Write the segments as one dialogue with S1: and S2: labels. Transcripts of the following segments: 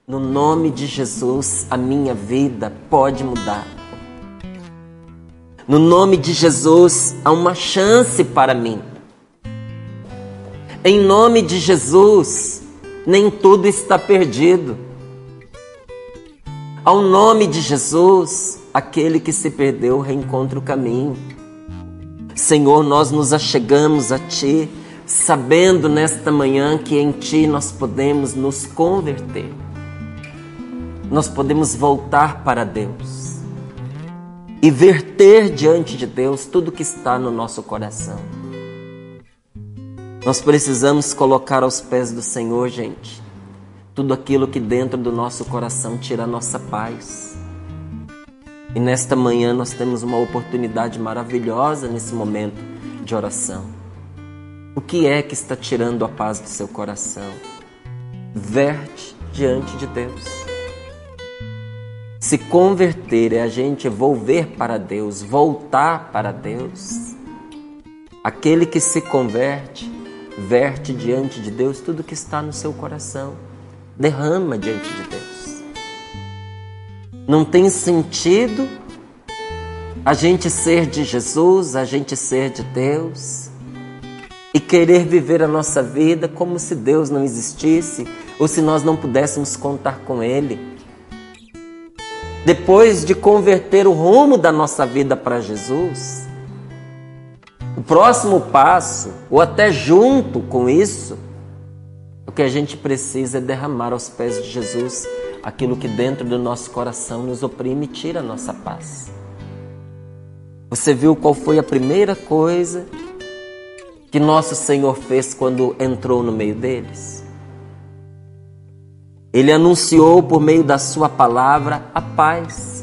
S1: No nome de Jesus, a minha vida pode mudar. No nome de Jesus, há uma chance para mim. Em nome de Jesus, nem tudo está perdido. Ao nome de Jesus, aquele que se perdeu reencontra o caminho. Senhor, nós nos achegamos a Ti, sabendo nesta manhã que em Ti nós podemos nos converter. Nós podemos voltar para Deus e verter diante de Deus tudo que está no nosso coração. Nós precisamos colocar aos pés do Senhor, gente, tudo aquilo que dentro do nosso coração tira a nossa paz. E nesta manhã nós temos uma oportunidade maravilhosa nesse momento de oração. O que é que está tirando a paz do seu coração? Verte diante de Deus. Se converter é a gente volver para Deus, voltar para Deus. Aquele que se converte, verte diante de Deus tudo que está no seu coração. Derrama diante de Deus. Não tem sentido a gente ser de Jesus, a gente ser de Deus e querer viver a nossa vida como se Deus não existisse ou se nós não pudéssemos contar com Ele. Depois de converter o rumo da nossa vida para Jesus, o próximo passo, ou até junto com isso, o que a gente precisa é derramar aos pés de Jesus aquilo que dentro do nosso coração nos oprime e tira a nossa paz. Você viu qual foi a primeira coisa que nosso Senhor fez quando entrou no meio deles? Ele anunciou por meio da sua palavra a paz.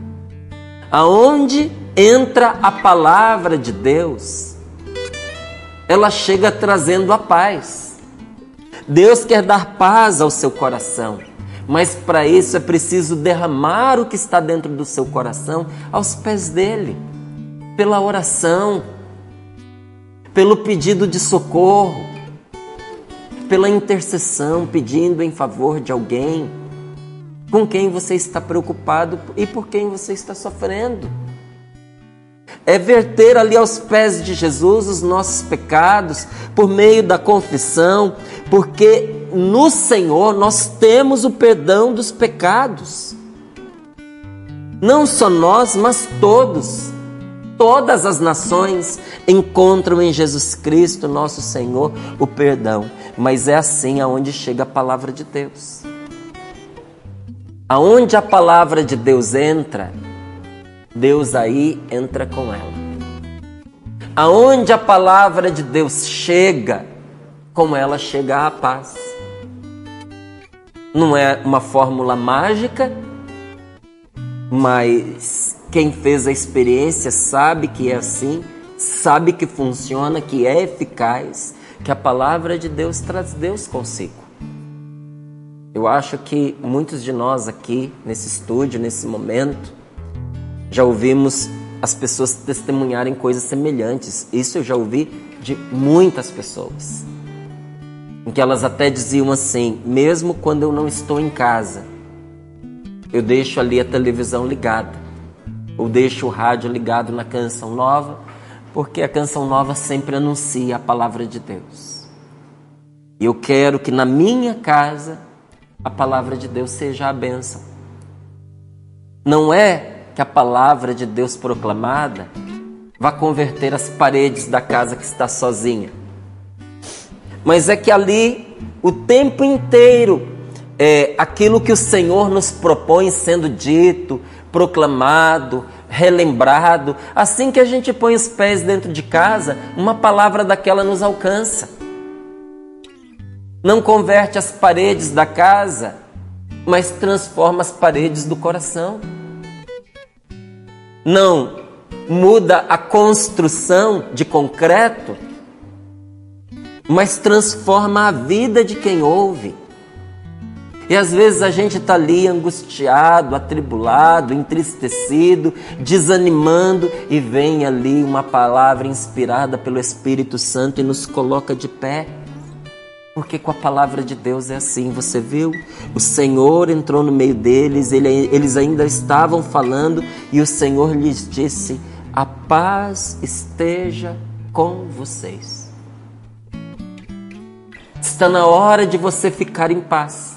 S1: Aonde entra a palavra de Deus, ela chega trazendo a paz. Deus quer dar paz ao seu coração, mas para isso é preciso derramar o que está dentro do seu coração aos pés dele, pela oração, pelo pedido de socorro, pela intercessão, pedindo em favor de alguém com quem você está preocupado e por quem você está sofrendo. É verter ali aos pés de Jesus os nossos pecados por meio da confissão, porque no Senhor nós temos o perdão dos pecados. Não só nós, mas todos. Todas as nações encontram em Jesus Cristo, nosso Senhor, o perdão. Mas é assim aonde chega a palavra de Deus. Aonde a palavra de Deus entra, Deus aí entra com ela. Aonde a palavra de Deus chega, com ela chega a paz. Não é uma fórmula mágica, mas quem fez a experiência sabe que é assim, sabe que funciona, que é eficaz, que a palavra de Deus traz Deus consigo. Eu acho que muitos de nós aqui, nesse estúdio, nesse momento, já ouvimos as pessoas testemunharem coisas semelhantes. Isso eu já ouvi de muitas pessoas, em que elas até diziam assim: mesmo quando eu não estou em casa, eu deixo ali a televisão ligada, ou deixo o rádio ligado na Canção Nova, porque a Canção Nova sempre anuncia a palavra de Deus. E eu quero que na minha casa a palavra de Deus seja a bênção. Não é que a palavra de Deus proclamada vá converter as paredes da casa que está sozinha, mas é que ali o tempo inteiro aquilo que o Senhor nos propõe sendo dito, proclamado, relembrado. Assim que a gente põe os pés dentro de casa, uma palavra daquela nos alcança. Não converte as paredes da casa, mas transforma as paredes do coração. Não muda a construção de concreto, mas transforma a vida de quem ouve. E às vezes a gente está ali angustiado, atribulado, entristecido, desanimando, e vem ali uma palavra inspirada pelo Espírito Santo e nos coloca de pé. Porque com a palavra de Deus é assim, você viu? O Senhor entrou no meio deles, eles ainda estavam falando e o Senhor lhes disse: a paz esteja com vocês. Está na hora de você ficar em paz.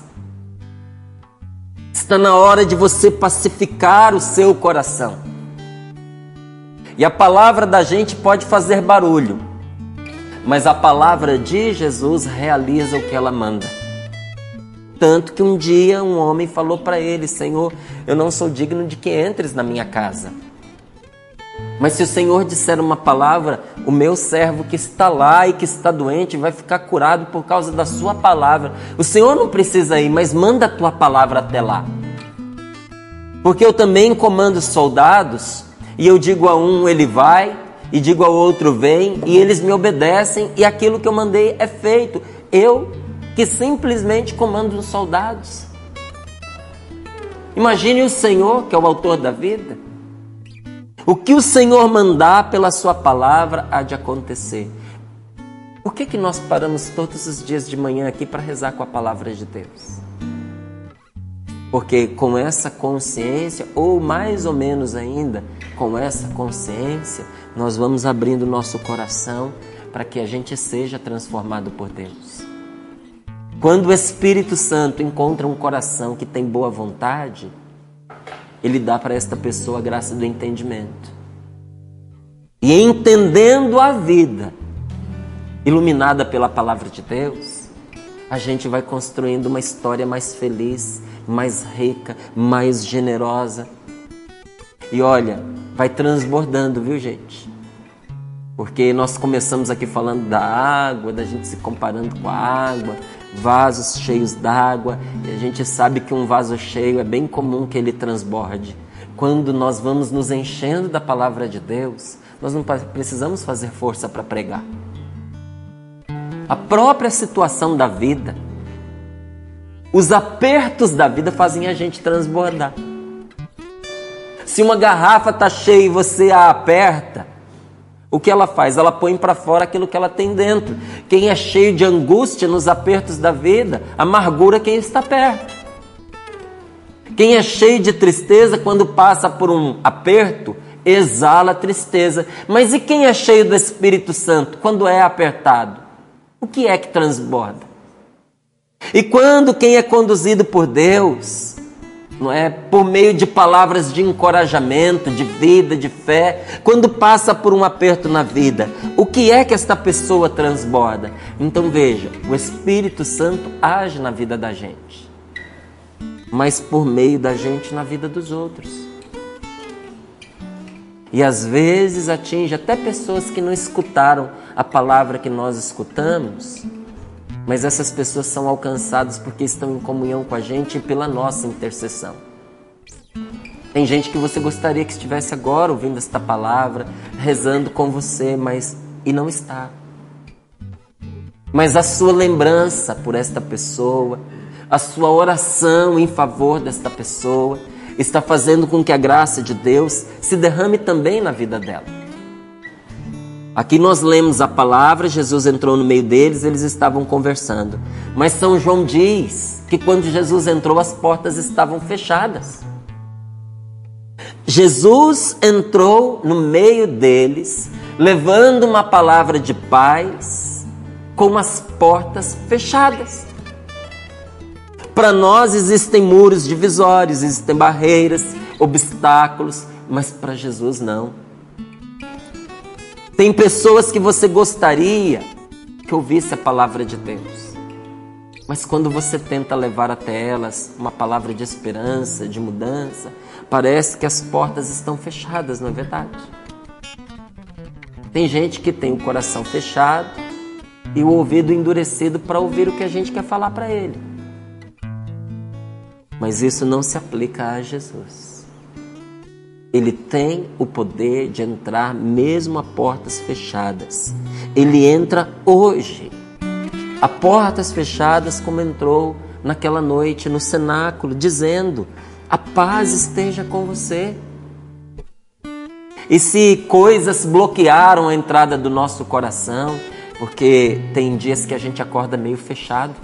S1: Está na hora de você pacificar o seu coração. E a palavra da gente pode fazer barulho, mas a palavra de Jesus realiza o que ela manda. Tanto que um dia um homem falou para ele: Senhor, eu não sou digno de que entres na minha casa. Mas se o Senhor disser uma palavra, o meu servo que está lá e que está doente vai ficar curado por causa da sua palavra. O Senhor não precisa ir, mas manda a tua palavra até lá. Porque eu também comando soldados, e eu digo a um, ele vai, e digo ao outro, vem, e eles me obedecem, e aquilo que eu mandei é feito. Eu que simplesmente comando os soldados. Imagine o Senhor, que é o autor da vida. O que o Senhor mandar pela sua palavra há de acontecer. Por que nós paramos todos os dias de manhã aqui para rezar com a palavra de Deus? Porque com essa consciência, ou mais ou menos ainda, com essa consciência, nós vamos abrindo nosso coração para que a gente seja transformado por Deus. Quando o Espírito Santo encontra um coração que tem boa vontade, ele dá para esta pessoa a graça do entendimento. E entendendo a vida, iluminada pela palavra de Deus, a gente vai construindo uma história mais feliz, mais rica, mais generosa. E olha, vai transbordando, viu, gente? Porque nós começamos aqui falando da água, da gente se comparando com a água, vasos cheios d'água, e a gente sabe que um vaso cheio é bem comum que ele transborde. Quando nós vamos nos enchendo da palavra de Deus, nós não precisamos fazer força para pregar. A própria situação da vida, os apertos da vida fazem a gente transbordar. Se uma garrafa está cheia e você a aperta, o que ela faz? Ela põe para fora aquilo que ela tem dentro. Quem é cheio de angústia nos apertos da vida, amargura quem está perto. Quem é cheio de tristeza, quando passa por um aperto, exala a tristeza. Mas e quem é cheio do Espírito Santo, quando é apertado? O que é que transborda? E quando quem é conduzido por Deus, não é, por meio de palavras de encorajamento, de vida, de fé, quando passa por um aperto na vida, o que é que esta pessoa transborda? Então veja, o Espírito Santo age na vida da gente, mas por meio da gente na vida dos outros. E às vezes atinge até pessoas que não escutaram a palavra que nós escutamos, mas essas pessoas são alcançadas porque estão em comunhão com a gente e pela nossa intercessão. Tem gente que você gostaria que estivesse agora ouvindo esta palavra, rezando com você, mas e não está. Mas a sua lembrança por esta pessoa, a sua oração em favor desta pessoa, está fazendo com que a graça de Deus se derrame também na vida dela. Aqui nós lemos a palavra, Jesus entrou no meio deles, eles estavam conversando. Mas São João diz que quando Jesus entrou, as portas estavam fechadas. Jesus entrou no meio deles, levando uma palavra de paz, com as portas fechadas. Para nós existem muros divisórios, existem barreiras, obstáculos, mas para Jesus não. Tem pessoas que você gostaria que ouvisse a palavra de Deus, mas quando você tenta levar até elas uma palavra de esperança, de mudança, parece que as portas estão fechadas, não é verdade? Tem gente que tem o coração fechado e o ouvido endurecido para ouvir o que a gente quer falar para ele. Mas isso não se aplica a Jesus. Ele tem o poder de entrar mesmo a portas fechadas. Ele entra hoje, a portas fechadas, como entrou naquela noite no cenáculo, dizendo: a paz esteja com você. E se coisas bloquearam a entrada do nosso coração, Porque tem dias que a gente acorda meio fechado.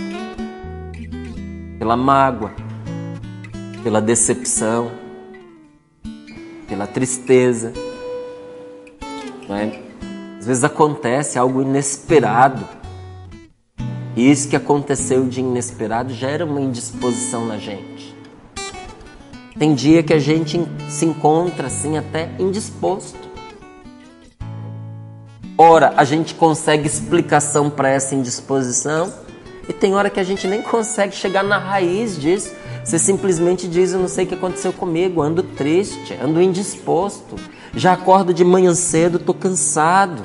S1: Pela mágoa, pela decepção, pela tristeza. Não é? Às vezes acontece algo inesperado. E isso que aconteceu de inesperado gera uma indisposição na gente. Tem dia que a gente se encontra assim até indisposto. Ora, a gente consegue explicação para essa indisposição e tem hora que a gente nem consegue chegar na raiz disso. Você simplesmente diz, eu não sei o que aconteceu comigo, ando triste, ando indisposto. Já acordo de manhã cedo, estou cansado.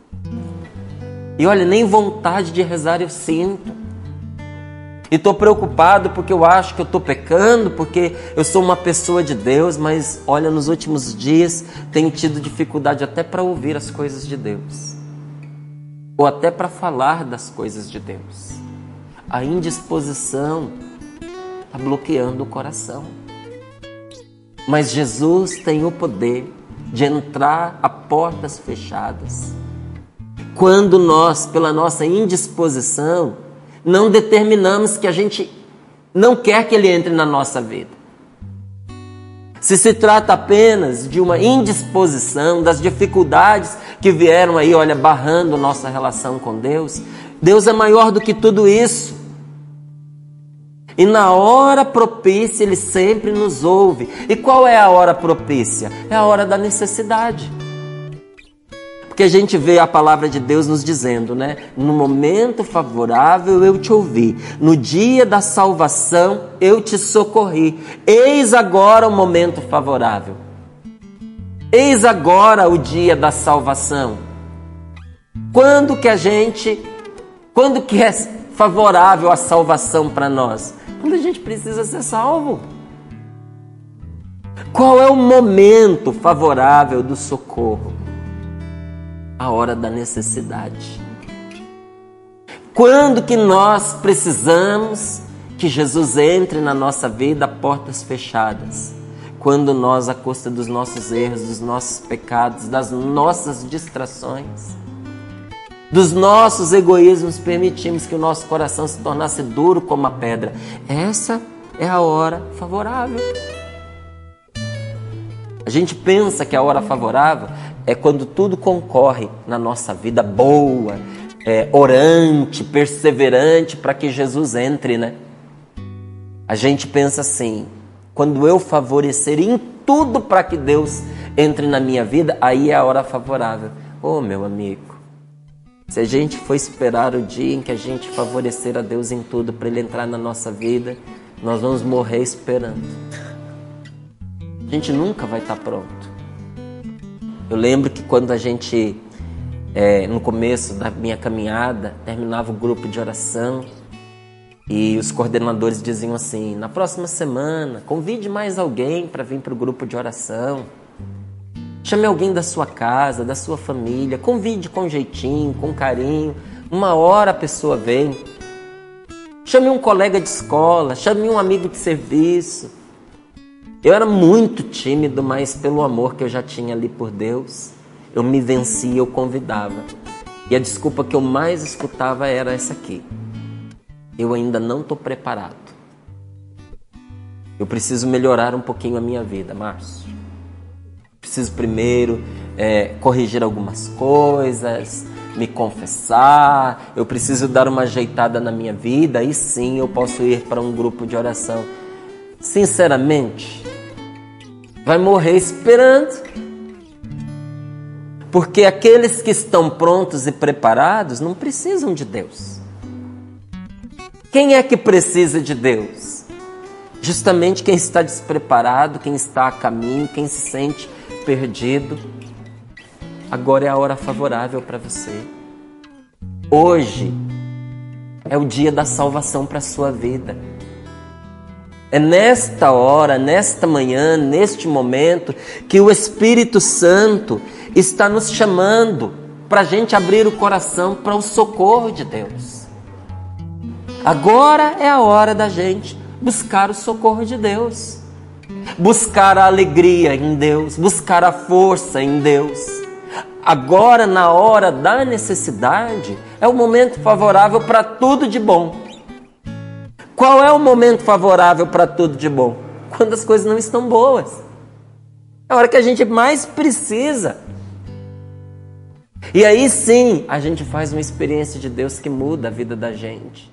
S1: E olha, nem vontade de rezar eu sinto. E estou preocupado porque eu acho que eu estou pecando, porque eu sou uma pessoa de Deus, mas olha, nos últimos dias tenho tido dificuldade até para ouvir as coisas de Deus. Ou até para falar das coisas de Deus. A indisposição está bloqueando o coração. Mas Jesus tem o poder de entrar a portas fechadas. Quando nós, pela nossa indisposição, não determinamos que a gente não quer que Ele entre na nossa vida. Se trata apenas de uma indisposição, das dificuldades que vieram aí, olha, barrando nossa relação com Deus, Deus é maior do que tudo isso. E na hora propícia Ele sempre nos ouve. E qual é a hora propícia? É a hora da necessidade. Porque a gente vê a palavra de Deus nos dizendo, né? No momento favorável eu te ouvi. No dia da salvação eu te socorri. Eis agora o momento favorável. Eis agora o dia da salvação. Quando que é favorável a salvação para nós? Quando a gente precisa ser salvo. Qual é o momento favorável do socorro? A hora da necessidade. Quando que nós precisamos que Jesus entre na nossa vida a portas fechadas? Quando nós, à custa dos nossos erros, dos nossos pecados, das nossas distrações, dos nossos egoísmos, permitimos que o nosso coração se tornasse duro como a pedra. Essa é a hora favorável. A gente pensa que a hora favorável é quando tudo concorre na nossa vida boa, orante, perseverante, para que Jesus entre, né? A gente pensa assim, quando eu favorecer em tudo para que Deus entre na minha vida, aí é a hora favorável. Ô, meu amigo, se a gente for esperar o dia em que a gente favorecer a Deus em tudo para Ele entrar na nossa vida, nós vamos morrer esperando. A gente nunca vai estar pronto. Eu lembro que quando a gente, no começo da minha caminhada, terminava o grupo de oração e os coordenadores diziam assim, na próxima semana, convide mais alguém para vir para o grupo de oração. Chame alguém da sua casa, da sua família, convide com jeitinho, com carinho. Uma hora a pessoa vem. Chame um colega de escola, chame um amigo de serviço. Eu era muito tímido, mas pelo amor que eu já tinha ali por Deus, eu me vencia, eu convidava. E a desculpa que eu mais escutava era essa aqui. Eu ainda não estou preparado. Eu preciso melhorar um pouquinho a minha vida, Márcio. Preciso primeiro corrigir algumas coisas, me confessar. Eu preciso dar uma ajeitada na minha vida. Aí sim eu posso ir para um grupo de oração. Sinceramente, vai morrer esperando. Porque aqueles que estão prontos e preparados não precisam de Deus. Quem é que precisa de Deus? Justamente quem está despreparado, quem está a caminho, quem se sente perdido. Agora é a hora favorável para você. Hoje é o dia da salvação para a sua vida. É nesta hora, nesta manhã, neste momento, que o Espírito Santo está nos chamando para a gente abrir o coração para o socorro de Deus. Agora é a hora da gente buscar o socorro de Deus, buscar a alegria em Deus, buscar a força em Deus, Agora, na hora da necessidade, é o momento favorável para tudo de bom. Qual é o momento favorável para tudo de bom? Quando as coisas não estão boas. É a hora que a gente mais precisa. E aí sim, a gente faz uma experiência de Deus que muda a vida da gente.